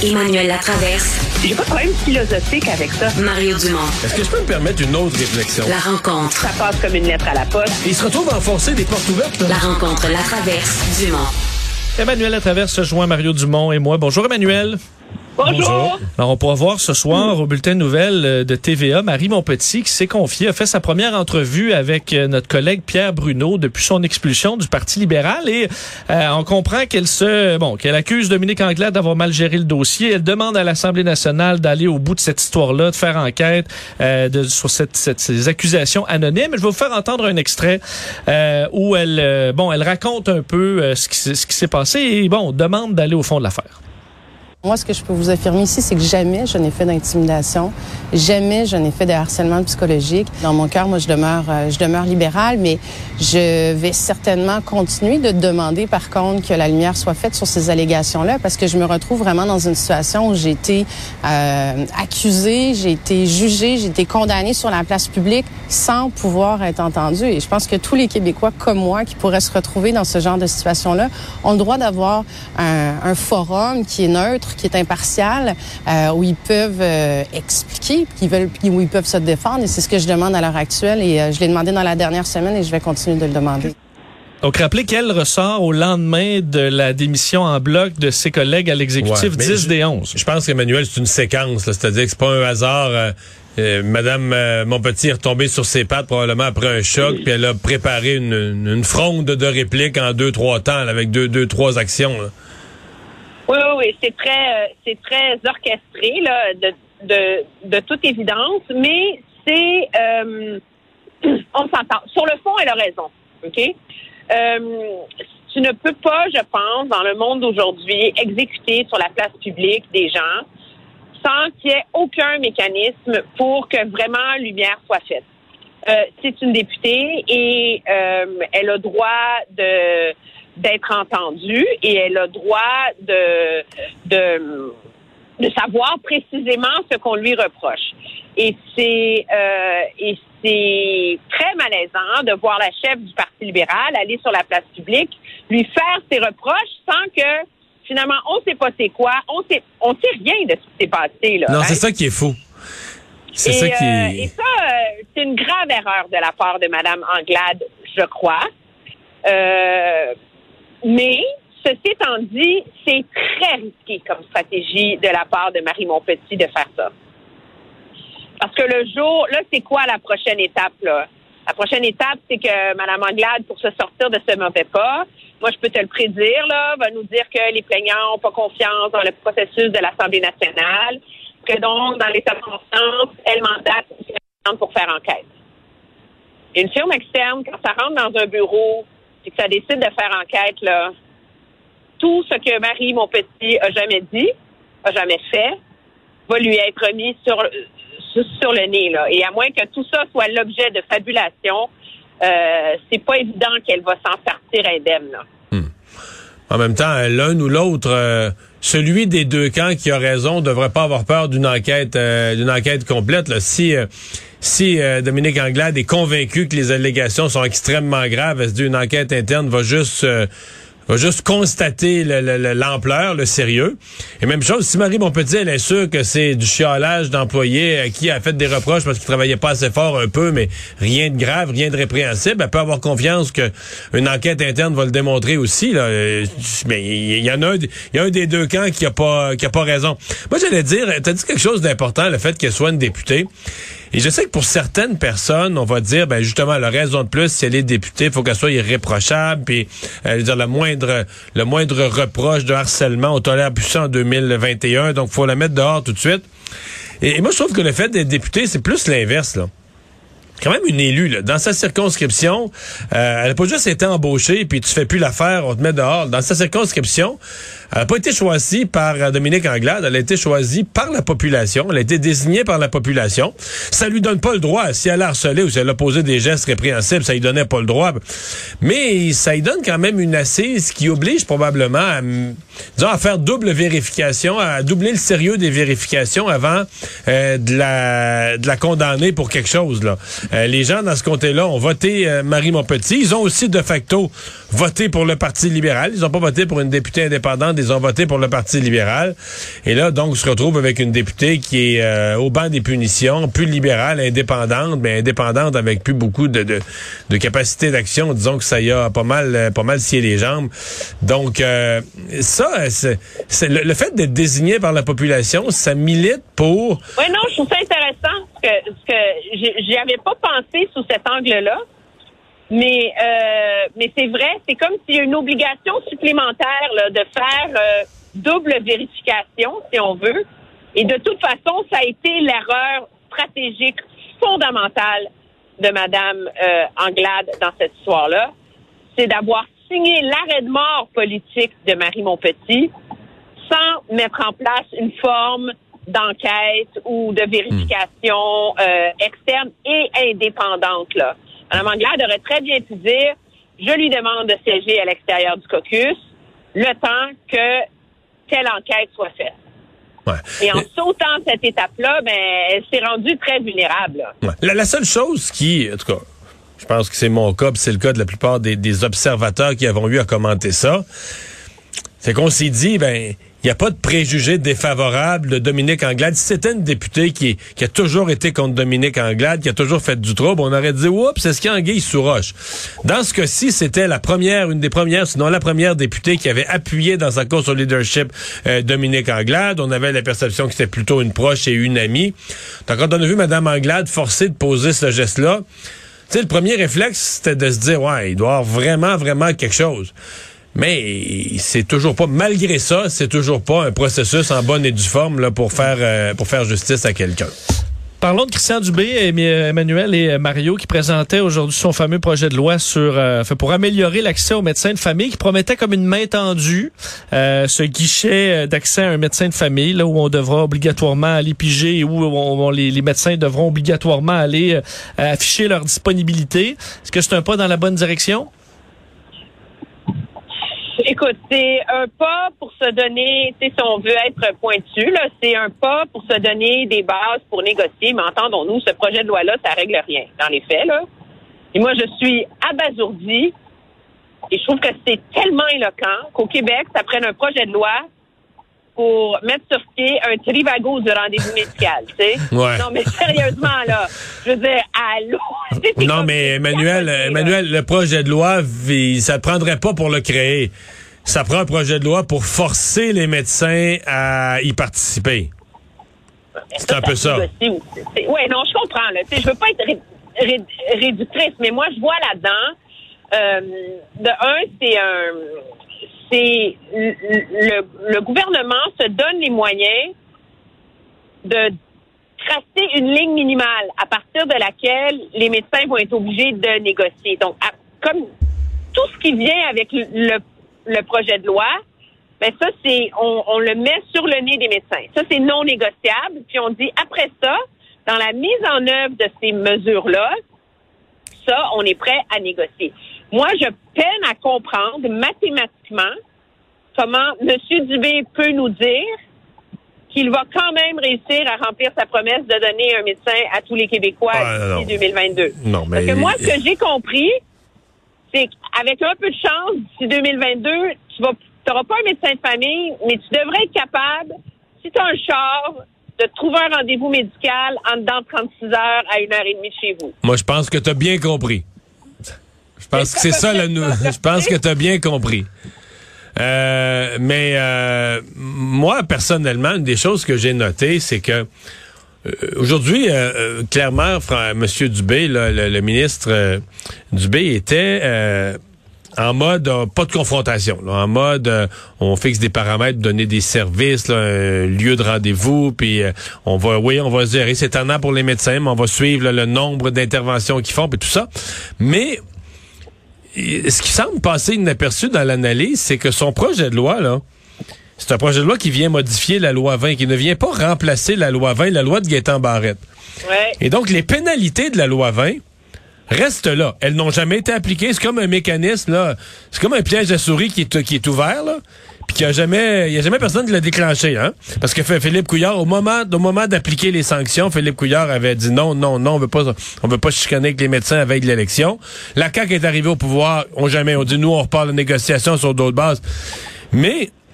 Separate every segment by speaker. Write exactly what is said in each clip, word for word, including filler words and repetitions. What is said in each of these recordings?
Speaker 1: Emmanuel Latraverse.
Speaker 2: J'ai pas de problème philosophique avec ça.
Speaker 1: Mario Dumont.
Speaker 3: Est-ce que je peux me permettre une autre réflexion?
Speaker 1: La rencontre.
Speaker 2: Ça passe comme une lettre à la poste.
Speaker 3: Et il se retrouve à enfoncer des portes ouvertes. Là.
Speaker 1: La rencontre Latraverse Dumont.
Speaker 4: Emmanuel Latraverse se joint Mario Dumont et moi. Bonjour Emmanuel.
Speaker 2: Bonjour.
Speaker 4: Bonjour. Alors, on pourra voir ce soir au bulletin de nouvelles de T V A Marie Montpetit qui s'est confiée, a fait sa première entrevue avec notre collègue Pierre Bruno depuis son expulsion du Parti libéral et euh, on comprend qu'elle se, bon, qu'elle accuse Dominique Anglade d'avoir mal géré le dossier. Elle demande à l'Assemblée nationale d'aller au bout de cette histoire-là, de faire enquête euh, de, sur cette, cette, ces accusations anonymes. Je vais vous faire entendre un extrait euh, où elle, euh, bon, elle raconte un peu euh, ce qui, ce qui s'est passé et bon, demande d'aller au fond de l'affaire.
Speaker 5: Moi, ce que je peux vous affirmer ici, c'est que jamais je n'ai fait d'intimidation, jamais je n'ai fait de harcèlement psychologique. Dans mon cœur, moi, je demeure, euh, je demeure libérale, mais je vais certainement continuer de demander, par contre, que la lumière soit faite sur ces allégations-là, parce que je me retrouve vraiment dans une situation où j'ai été euh, accusée, j'ai été jugée, j'ai été condamnée sur la place publique sans pouvoir être entendue. Et je pense que tous les Québécois comme moi qui pourraient se retrouver dans ce genre de situation-là ont le droit d'avoir un, un forum qui est neutre, qui est impartial, euh, où ils peuvent euh, expliquer, qui veulent, où ils peuvent se défendre. Et c'est ce que je demande à l'heure actuelle. Et euh, je l'ai demandé dans la dernière semaine et je vais continuer de le demander.
Speaker 4: Donc, rappelez qu'elle ressort au lendemain de la démission en bloc de ses collègues à l'exécutif ouais, dix des onze.
Speaker 3: Je pense qu'Emmanuel, c'est une séquence. Là, c'est-à-dire que c'est pas un hasard. Euh, euh, Madame euh, Montpetit est retombée sur ses pattes probablement après un choc, puis elle a préparé une, une, une fronde de répliques en deux, trois temps, là, avec deux, deux, trois actions. Là.
Speaker 2: Oui, oui, oui, c'est très, c'est très orchestré, là, de, de, de toute évidence, mais c'est, euh, on s'entend. Sur le fond, elle a raison, OK? Euh, tu ne peux pas, je pense, dans le monde d'aujourd'hui, exécuter sur la place publique des gens sans qu'il y ait aucun mécanisme pour que vraiment lumière soit faite. Euh, c'est une députée et euh, elle a droit de d'être entendue et elle a droit de de de savoir précisément ce qu'on lui reproche. Et c'est euh, et c'est très malaisant de voir la chef du Parti libéral aller sur la place publique, lui faire ses reproches sans que finalement on sait pas c'est quoi, on sait on sait rien de ce qui s'est passé là.
Speaker 3: Non,
Speaker 2: hein?
Speaker 3: C'est ça qui est fou. C'est
Speaker 2: et,
Speaker 3: ça qui est...
Speaker 2: euh, et ça, euh, c'est une grave erreur de la part de Mme Anglade, je crois. Euh, mais, ceci étant dit, c'est très risqué comme stratégie de la part de Marie Montpetit de faire ça. Parce que le jour, là, c'est quoi la prochaine étape, là? La prochaine étape, c'est que Mme Anglade, pour se sortir de ce mauvais pas, moi, je peux te le prédire, là, va nous dire que les plaignants n'ont pas confiance dans le processus de l'Assemblée nationale, que donc, dans les circonstances, elle mandate une firme externe pour faire enquête. Et une firme externe, quand ça rentre dans un bureau et que ça décide de faire enquête, là, tout ce que Marie Montpetit a jamais dit, a jamais fait, va lui être mis sur, sur, sur le nez, là. Et à moins que tout ça soit l'objet de fabulation, euh, c'est pas évident qu'elle va s'en sortir indemne, là.
Speaker 3: Hmm. En même temps, l'un ou l'autre, euh, celui des deux camps qui a raison devrait pas avoir peur d'une enquête, euh, d'une enquête complète. Là. Si, euh, si euh, Dominique Anglade est convaincu que les allégations sont extrêmement graves, elle se dit une enquête interne va juste euh, va juste constater le, le, l'ampleur, le sérieux. Et même chose, si Marie Montpetit, elle est sûre que c'est du chiolage d'employés à qui a fait des reproches parce qu'il travaillait pas assez fort un peu, mais rien de grave, rien de répréhensible, elle peut avoir confiance que une enquête interne va le démontrer aussi. Là. Mais il y en a un, il y a un des deux camps qui a pas qui a pas raison. Moi, j'allais dire, t'as dit quelque chose d'important, le fait qu'elle soit une députée. Et je sais que pour certaines personnes, on va dire, ben justement, la raison de plus, si elle est députée, il faut qu'elle soit irréprochable, puis euh, dire le moindre, le moindre reproche de harcèlement, on tolère plus ça en deux mille vingt et un, donc faut la mettre dehors tout de suite. Et, et moi, je trouve que le fait d'être députée, c'est plus l'inverse, là. Quand même une élue, là. Dans sa circonscription, euh, elle n'a pas juste été embauchée, puis tu fais plus l'affaire, on te met dehors. Dans sa circonscription, elle n'a pas été choisie par Dominique Anglade, elle a été choisie par la population, elle a été désignée par la population. Ça lui donne pas le droit, si elle a harcelé ou si elle a posé des gestes répréhensibles, ça lui donnait pas le droit. Mais ça lui donne quand même une assise qui oblige probablement à, disons, à faire double vérification, à doubler le sérieux des vérifications avant euh, de la de la condamner pour quelque chose, là. Euh, les gens, dans ce comté-là, ont voté euh, Marie Montpetit. Ils ont aussi, de facto, voté pour le Parti libéral. Ils n'ont pas voté pour une députée indépendante entendre, ils ont voté pour le Parti libéral. Et là, donc, se retrouve avec une députée qui est euh, au banc des punitions, plus libérale, indépendante, mais indépendante avec plus beaucoup de, de, de capacité d'action. Disons que ça y a pas mal, pas mal scié les jambes. Donc, euh, ça, c'est, c'est le, le fait d'être désigné par la population, ça milite pour...
Speaker 2: Oui, non, je trouve ça intéressant, parce que, parce que j'y avais pas pensé sous cet angle-là. Mais euh, mais c'est vrai, c'est comme s'il y a une obligation supplémentaire là, de faire euh, double vérification, si on veut. Et de toute façon, ça a été l'erreur stratégique fondamentale de Mme euh, Anglade dans cette histoire-là. C'est d'avoir signé l'arrêt de mort politique de Marie Montpetit sans mettre en place une forme d'enquête ou de vérification euh, externe et indépendante, là. Mme Anglade aurait très bien pu dire « Je lui demande de siéger à l'extérieur du caucus le temps que telle enquête soit faite. » Ouais. Et en Mais... sautant cette étape-là, ben, elle s'est rendue très vulnérable.
Speaker 3: Ouais. La, la seule chose qui, en tout cas, je pense que c'est mon cas, puis c'est le cas de la plupart des, des observateurs qui avons eu à commenter ça, c'est qu'on s'est dit, ben, il n'y a pas de préjugés défavorables de Dominique Anglade. Si c'était une députée qui, qui a toujours été contre Dominique Anglade, qui a toujours fait du trouble, on aurait dit, oups, c'est ce qu'il y a anguille sous roche. Dans ce cas-ci, c'était la première, une des premières, sinon la première députée qui avait appuyé dans sa course au leadership euh, Dominique Anglade. On avait la perception que c'était plutôt une proche et une amie. Donc, quand on a vu Mme Anglade forcée de poser ce geste-là, tu sais, le premier réflexe, c'était de se dire, ouais, il doit y avoir vraiment, vraiment quelque chose. Mais c'est toujours pas, malgré ça, c'est toujours pas un processus en bonne et due forme là, pour faire euh, pour faire justice à quelqu'un.
Speaker 4: Parlons de Christian Dubé, Emmanuel et Mario qui présentaient aujourd'hui son fameux projet de loi sur euh, pour améliorer l'accès aux médecins de famille, qui promettait comme une main tendue euh, ce guichet d'accès à un médecin de famille là où on devra obligatoirement aller piger et où on, on, les, les médecins devront obligatoirement aller euh, afficher leur disponibilité. Est-ce que c'est un pas dans la bonne direction?
Speaker 2: Écoute, c'est un pas pour se donner, tu sais, si on veut être pointu, là, c'est un pas pour se donner des bases pour négocier, mais entendons-nous, ce projet de loi-là, ça règle rien, dans les faits, là. Et moi, je suis abasourdie, et je trouve que c'est tellement éloquent qu'au Québec, ça prenne un projet de loi pour mettre sur pied un trivago du rendez-vous médical, tu sais.
Speaker 3: Ouais.
Speaker 2: Non, mais sérieusement, là, je veux dire, allô?
Speaker 3: Non, mais Emmanuel, Emmanuel, le projet de loi, ça ne prendrait pas pour le créer. Ça prend un projet de loi pour forcer les médecins à y participer. C'est ça, un peu ça. Oui,
Speaker 2: non, je comprends. Là. Je veux pas être ré- ré- réductrice, mais moi, je vois là-dedans, euh, de un, c'est un... c'est le, le gouvernement se donne les moyens de tracer une ligne minimale à partir de laquelle les médecins vont être obligés de négocier. Donc, à, comme tout ce qui vient avec le, le, le projet de loi, ben ça, c'est on, on le met sur le nez des médecins. Ça, c'est non négociable. Puis on dit, après ça, dans la mise en œuvre de ces mesures-là, ça, on est prêt à négocier. Moi, je peine à comprendre mathématiquement comment M. Dubé peut nous dire qu'il va quand même réussir à remplir sa promesse de donner un médecin à tous les Québécois ah, d'ici deux mille vingt-deux.
Speaker 3: Non, mais...
Speaker 2: Parce que moi, ce que j'ai compris, c'est qu'avec un peu de chance, d'ici deux mille vingt-deux, tu vas, t'auras pas un médecin de famille, mais tu devrais être capable, si tu as un char, de trouver un rendez-vous médical en dedans de trente-six heures à une heure et demie de chez vous.
Speaker 3: Moi, je pense que tu as bien compris. Je pense que c'est ça, la nou- je pense que tu as bien compris. Euh, mais euh, moi, personnellement, une des choses que j'ai notées, c'est que euh, aujourd'hui, euh, clairement, M. Dubé, là, le, le ministre euh, Dubé était euh, en mode euh, pas de confrontation, là, en mode euh, on fixe des paramètres, donner des services, là, un lieu de rendez-vous, puis euh, on va, oui, on va se gérer, c'est tannant pour les médecins, mais on va suivre là, le nombre d'interventions qu'ils font, puis tout ça. Mais ce qui semble passer inaperçu dans l'analyse, c'est que son projet de loi, là, c'est un projet de loi qui vient modifier la loi vingt, qui ne vient pas remplacer la loi vingt, la loi de Gaétan Barrette.
Speaker 2: Ouais.
Speaker 3: Et donc, les pénalités de la loi vingt restent là. Elles n'ont jamais été appliquées. C'est comme un mécanisme, là. C'est comme un piège à souris qui est, qui est ouvert, là. Puis qu'il y a jamais, il y a jamais personne qui l'a déclenché, hein. Parce que Philippe Couillard, au moment, au moment d'appliquer les sanctions, Philippe Couillard avait dit non, non, non, on veut pas, on veut pas chicaner avec les médecins avec l'élection. La C A Q est arrivée au pouvoir, on jamais, on dit nous, on repart la négociation sur d'autres bases. Mais,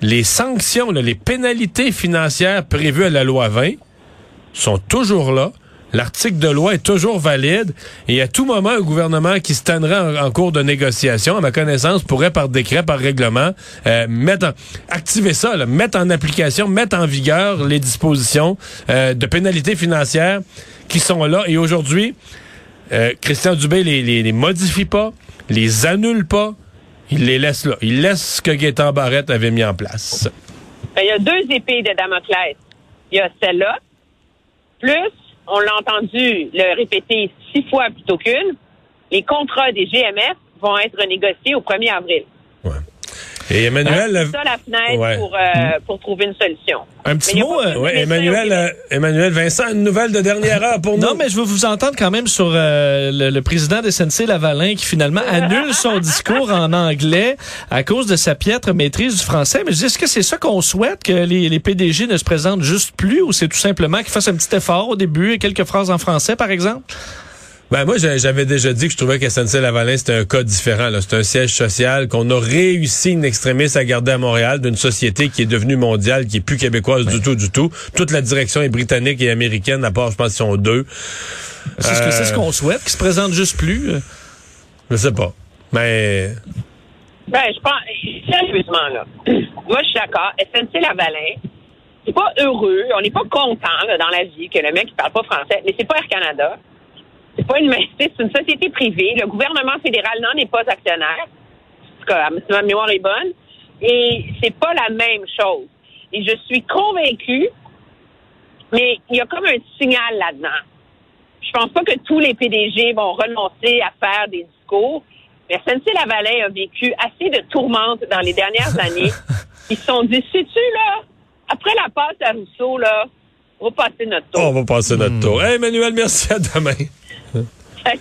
Speaker 3: les sanctions, là, les pénalités financières prévues à la loi vingt sont toujours là. L'article de loi est toujours valide et à tout moment, un gouvernement qui se tannerait en, en cours de négociation, à ma connaissance, pourrait par décret, par règlement, euh, mettre en, activer ça, là, mettre en application, mettre en vigueur les dispositions euh, de pénalités financières qui sont là. Et aujourd'hui, euh, Christian Dubé les, les, les modifie pas, les annule pas, il les laisse là. Il laisse ce que Gaétan Barrette avait mis en place.
Speaker 2: Il y a deux épées de Damoclès. Il y a celle-là, plus... on l'a entendu le répéter six fois plutôt qu'une, les contrats des G M F vont être négociés au premier avril.
Speaker 3: Ouais. Et Emmanuel...
Speaker 2: C'est ça la fenêtre ouais. pour, euh, pour trouver une solution.
Speaker 3: Un petit mot, euh, ouais, Emmanuel, euh, Emmanuel Vincent, une nouvelle de dernière heure pour nous.
Speaker 4: Non, mais je veux vous entendre quand même sur euh, le, le président de S N C-Lavalin qui finalement annule son discours en anglais à cause de sa piètre maîtrise du français. Mais je dis, est-ce que c'est ça qu'on souhaite, que les, les P D G ne se présentent juste plus, ou c'est tout simplement qu'ils fassent un petit effort au début et quelques phrases en français, par exemple?
Speaker 3: Ben moi, j'avais déjà dit que je trouvais qu'S N C-Lavalin, c'était un cas différent. Là. C'est un siège social qu'on a réussi une extrémiste à garder à Montréal, d'une société qui est devenue mondiale, qui est plus québécoise oui. du tout, du tout. Toute la direction est britannique et américaine, à part, je pense, qu'ils sont deux.
Speaker 4: C'est euh... ce que c'est ce qu'on souhaite, qu'ils se présentent juste plus?
Speaker 3: Je sais pas. Mais...
Speaker 2: Ben, je pense... Sérieusement, là. Moi, je suis d'accord. S N C-Lavalin, c'est pas heureux. On n'est pas content, là, dans la vie, que le mec, il parle pas français. Mais c'est pas Air Canada. C'est pas une c'est une société privée. Le gouvernement fédéral n'en est pas actionnaire. En tout cas, si ma mémoire est bonne. Et c'est pas la même chose. Et je suis convaincue, mais il y a comme un signal là-dedans. Je pense pas que tous les P D G vont renoncer à faire des discours. Mais S N C-Lavalin a vécu assez de tourmentes dans les dernières années. Ils se sont dit, sais-tu, là, après la passe à Rousseau, là, on va passer notre tour.
Speaker 3: On va passer notre mmh. tour. Hey, Emmanuel, merci, à demain.